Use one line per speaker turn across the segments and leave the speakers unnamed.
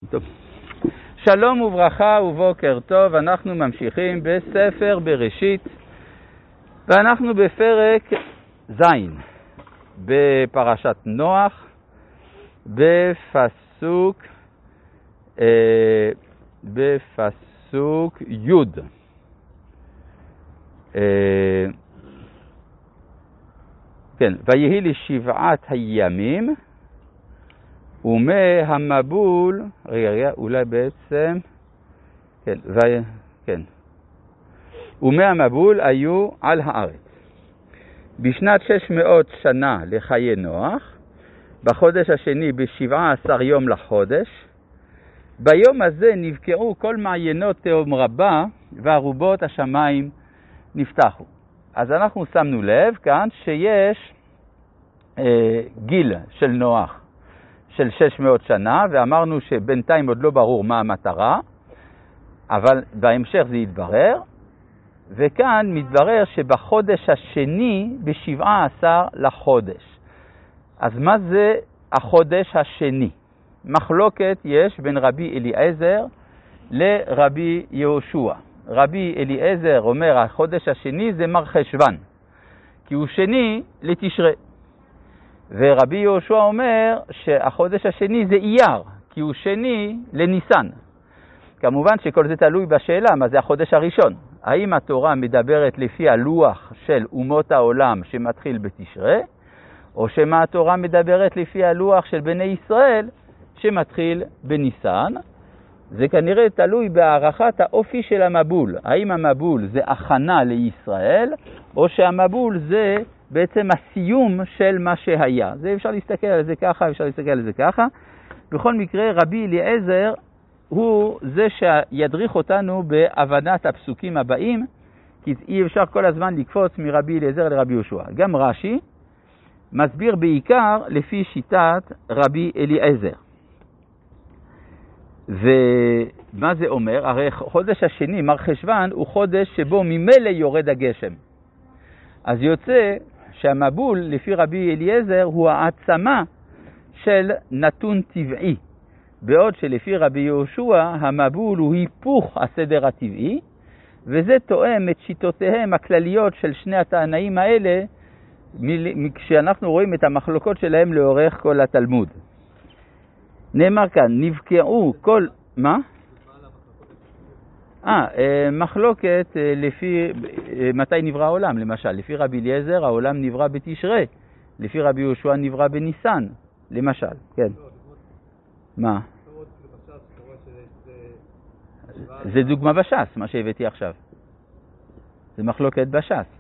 טוב. שלום וברכה ובוקר טוב, אנחנו ממשיכים בספר בראשית ואנחנו בפרק ז' בפרשת נוח בפסוק י'. כן, ויהי לשבעת הימים ומהמבול, אולי בעצם, כן, ומהמבול היו על הארץ. בשנת 600 שנה לחיי נוח, בחודש השני ב17 יום לחודש, ביום הזה נבקעו כל מעיינות תהום רבה וערובות השמיים נפתחו. אז אנחנו שמנו לב כאן שיש גיל של נוח של 600 שנה, ואמרנו שבינתיים עוד לא ברור מה המטרה, אבל בהמשך זה יתברר, וכאן מתברר שבחודש השני ב17 לחודש. אז מה זה החודש השני? מחלוקת יש בין רבי אליעזר לרבי יהושע. רבי אליעזר אומר החודש השני זה מר חשוון, כי הוא שני לתשרי. ורבי יהושע אומר שהחודש השני זה אייר, כי הוא שני לניסן. כמובן שכל זה תלוי בשאלה מה זה החודש הראשון. האם התורה מדברת לפי הלוח של אומות העולם שמתחיל בתשרי, או שמה התורה מדברת לפי הלוח של בני ישראל שמתחיל בניסן? זה כנראה תלוי בהערכת האופי של המבול. האם המבול זה הכנה לישראל, או שהמבול זה בעצם הסיום של מה שהיה. זה אפשר להסתכל על זה ככה, אפשר להסתכל על זה ככה. בכל מקרה, רבי אליעזר הוא זה שידריך אותנו בהבנת הפסוקים הבאים, כי אי אפשר כל הזמן לקפוץ מרבי אליעזר לרבי יהושע. גם רש"י מסביר בעיקר לפי שיטת רבי אליעזר. ומה זה אומר? הרי חודש השני, מר חשוון, הוא חודש שבו ממילא יורד הגשם. אז יוצא שהמבול לפי רבי אליעזר הוא העצמה של נתון טבעי, בעוד שלפי רבי יהושע המבול הוא היפוך הסדר הטבעי, וזה תואם את שיטותיהם הכלליות של שני התנאים האלה כשאנחנו רואים את המחלוקות שלהם לאורך כל התלמוד. נאמר כאן, נבקעו כל... מה? מחלוקת לפי מתי נברא העולם, למשל. לפי רבי אליעזר העולם נברא בתשרי, לפי רבי יהושע נברא בניסן, למשל. כן. מה? זה דוגמה בש"ס, מה שהבאתי עכשיו. זה מחלוקת בש"ס.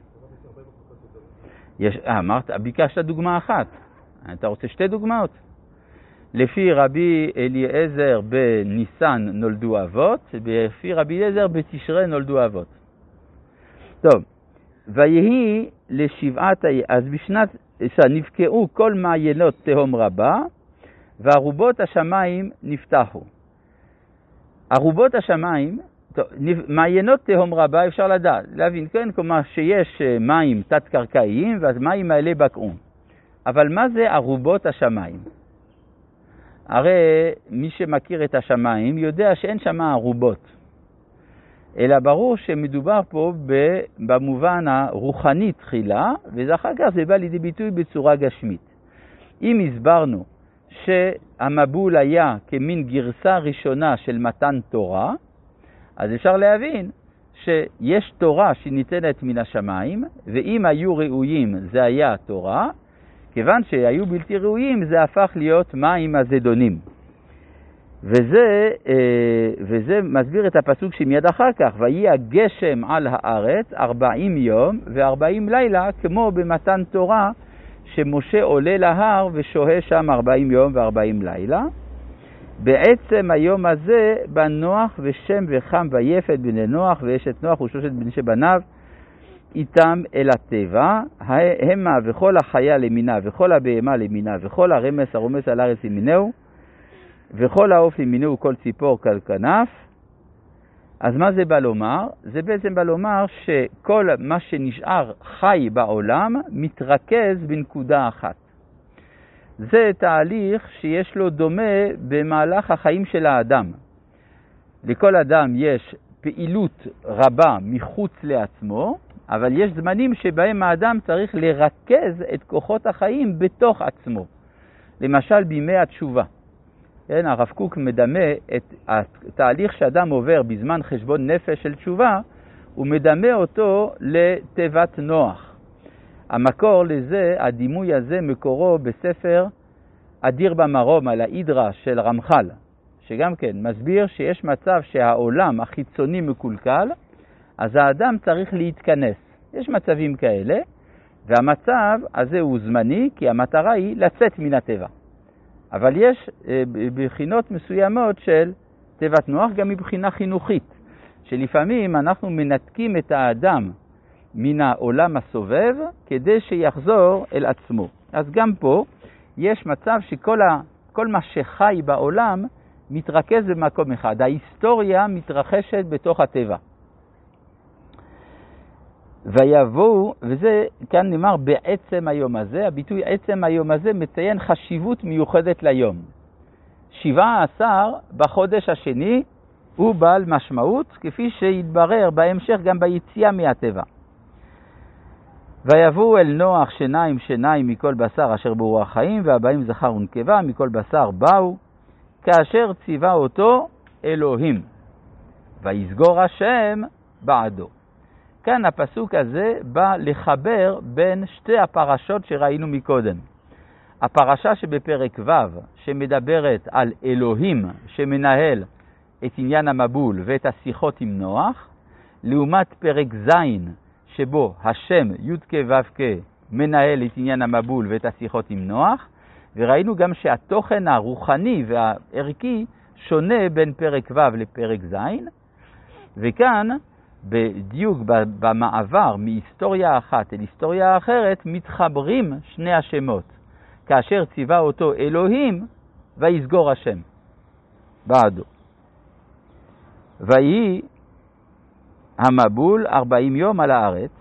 אמרת, ביקשת דוגמה אחת. אתה רוצה שתי דוגמאות? לפי רבי אליעזר בניסן נולדו אבות, ולפי רבי אליעזר בתשרי נולדו אבות. טוב, ויהי לשבעת, אז בשנת נבקעו כל מעיינות תהום רבה, וערובות השמיים נפתחו. ערובות השמיים, טוב, מעיינות תהום רבה אפשר לדעת, להבין, כן, כלומר שיש מים תת-קרקעיים, ואז מים האלה בקעו. אבל מה זה ערובות השמיים? הרי מי שמכיר את השמיים יודע שאין שם ערובות, אלא ברור שמדובר פה במובן הרוחני תחילה, ואחר כך זה בא לידי ביטוי בצורה גשמית. אם הסברנו שהמבול היה כמין גרסה ראשונה של מתן תורה, אז אפשר להבין שיש תורה שניתנת מן השמיים, ואם היו ראויים זה היה תורה, כיוון שהיו בלתי ראויים זה הפך להיות מים הזדונים. וזה מסביר את הפסוק שמיד אחר כך, ויהי הגשם על הארץ 40 יום ו40 לילה, כמו במתן תורה שמשה עולה להר ושוהה שם 40 יום ו40 לילה. בעצם היום הזה בא נוח ושם וחם ויפת בני נוח ואשת נוח ושלושת בני שבניו איתם אל הטבע, המה וכל החיה למינה וכל הבהמה למינה וכל הרמס הרומס על הארץ למינהו וכל העוף למינהו כל ציפור כל כנף. אז מה זה בא לומר? זה בעצם בא לומר שכל מה שנשאר חי בעולם מתרכז בנקודה אחת. זה תהליך שיש לו דומה במהלך החיים של האדם. לכל אדם יש פעילות רבה מחוץ לעצמו, אבל יש זמנים שבהם האדם צריך לרכז את כוחות החיים בתוך עצמו. למשל בימי התשובה. כן, הרב קוק מדמה את התהליך שאדם עובר בזמן חשבון נפש של תשובה, הוא מדמה אותו לתיבת נוח. המקור לזה, הדימוי הזה מקורו בספר אדיר במרום על ההידרה של רמח"ל, שגם כן מסביר שיש מצב שהעולם החיצוני מקולקל, אז האדם צריך להתכנס. יש מצבים כאלה, והמצב הזה הוא זמני, כי המטרה היא לצאת מן הטבע. אבל יש בחינות מסוימות של תיבת נוח גם מבחינה חינוכית, שלפעמים אנחנו מנתקים את האדם מן העולם הסובב כדי שיחזור אל עצמו. אז גם פה יש מצב שכל מה שחי בעולם מתרכז במקום אחד. ההיסטוריה מתרחשת בתוך הטבע. ויבואו, וזה כאן נאמר בעצם היום הזה, הביטוי עצם היום הזה מציין חשיבות מיוחדת ליום. 17 בחודש השני הוא בעל משמעות, כפי שהתברר בהמשך גם ביציאה מהטבע. ויבואו אל נוח שניים מכל בשר אשר ברוח חיים, והבאים זכר ונקבה מכל בשר באו, כאשר ציווה אותו אלוהים, ויסגור השם בעדו. כאן הפסוק הזה בא לחבר בין שתי הפרשות שראינו מקודם. הפרשה שבפרק ו' שמדברת על אלוהים שמנהל את עניין המבול ואת השיחות עם נוח, לעומת פרק ז' שבו השם י' כו' מנהל את עניין המבול ואת השיחות עם נוח, וראינו גם שהתוכן הרוחני והערכי שונה בין פרק ו' לפרק ז', וכאן בדיוק במעבר מהיסטוריה אחת אל היסטוריה אחרת מתחברים שני השמות. כאשר ציווה אותו אלוהים, ויסגור השם בעדו. ויהי המבול 40 יום על הארץ,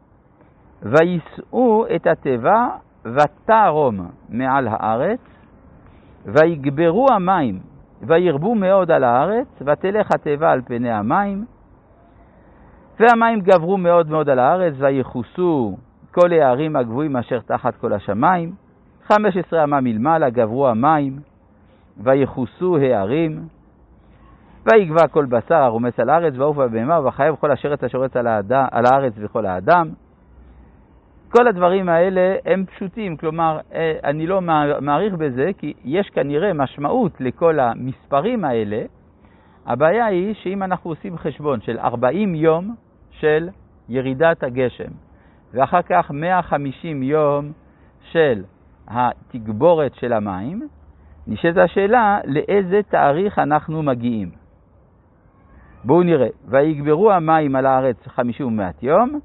ויסעו את הטבע ותערום מעל הארץ, ויגברו המים, וירבו מאוד על הארץ, ותלך הטבע על פני המים, והמים גברו מאוד מאוד על הארץ, ויחוסו כל הערים הגבוהים אשר תחת כל השמיים. 15 אמה מלמעלה גברו המים, ויחוסו הערים, ויגבע כל בשר הרומס על הארץ, ועוף הבהמה, וחייב כל השרץ השורץ על הארץ וכל האדם. כל הדברים האלה הם פשוטים, כלומר, אני לא מעריך בזה, כי יש כנראה משמעות לכל המספרים האלה. הבעיה היא שאם אנחנו עושים חשבון של 40 יום של ירידת הגשם, ואחר כך 150 יום של התגבורת של המים, נשאלת השאלה לאיזה תאריך אנחנו מגיעים. בואו נראה. ויגברו המים על הארץ 50 ומעט יום,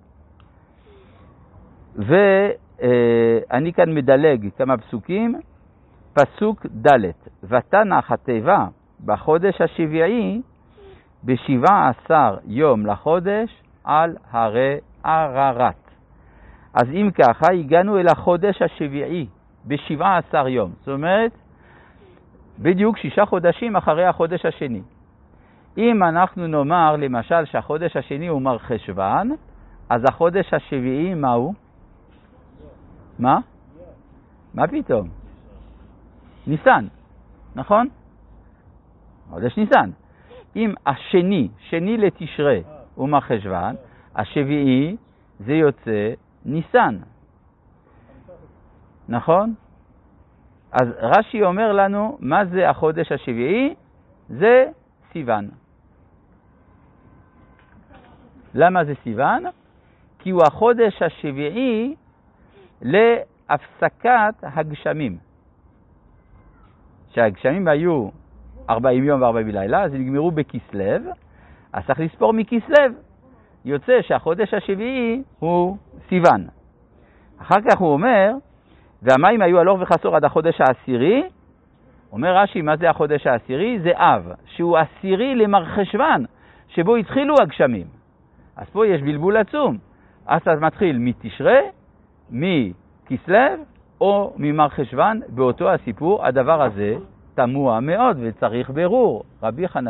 ואני כאן מדלג כמה פסוקים. פסוק ד' ותנח הטבע בחודש השביעי ב17 יום לחודש על הרי עררת. אז אם ככה הגענו אל החודש השביעי ב17 יום. זאת אומרת, בדיוק 6 חודשים אחרי החודש השני. אם אנחנו נאמר למשל שהחודש השני הוא מר חשוון, אז החודש השביעי מה הוא? מה? מה פתאום? ניסן, נכון? חודש ניסן. אם השני, שני לתשרה, הוא מר חשוון, השביעי זה יוצא ניסן. נכון? אז רש"י אומר לנו, מה זה החודש השביעי? זה סיוון. למה זה סיוון? כי הוא החודש השביעי להפסקת הגשמים. שהגשמים היו 40 יום ו40 לילה, אז נגמרו בכסלב, אז צריך לספור מכסלב. יוצא שהחודש השביעי הוא סיוון. אחר כך הוא אומר, והמים היו הלוך וחסור עד החודש העשירי. אומר רש"י, מה זה החודש העשירי? זה אב, שהוא עשירי למר חשוון, שבו התחילו הגשמים. אז פה יש בלבול עצום. אז אתה מתחיל מתשרה, מכסלב, או ממר חשוון, באותו הסיפור, הדבר הזה תמוה מאוד וצריך ברור. רבי חנניה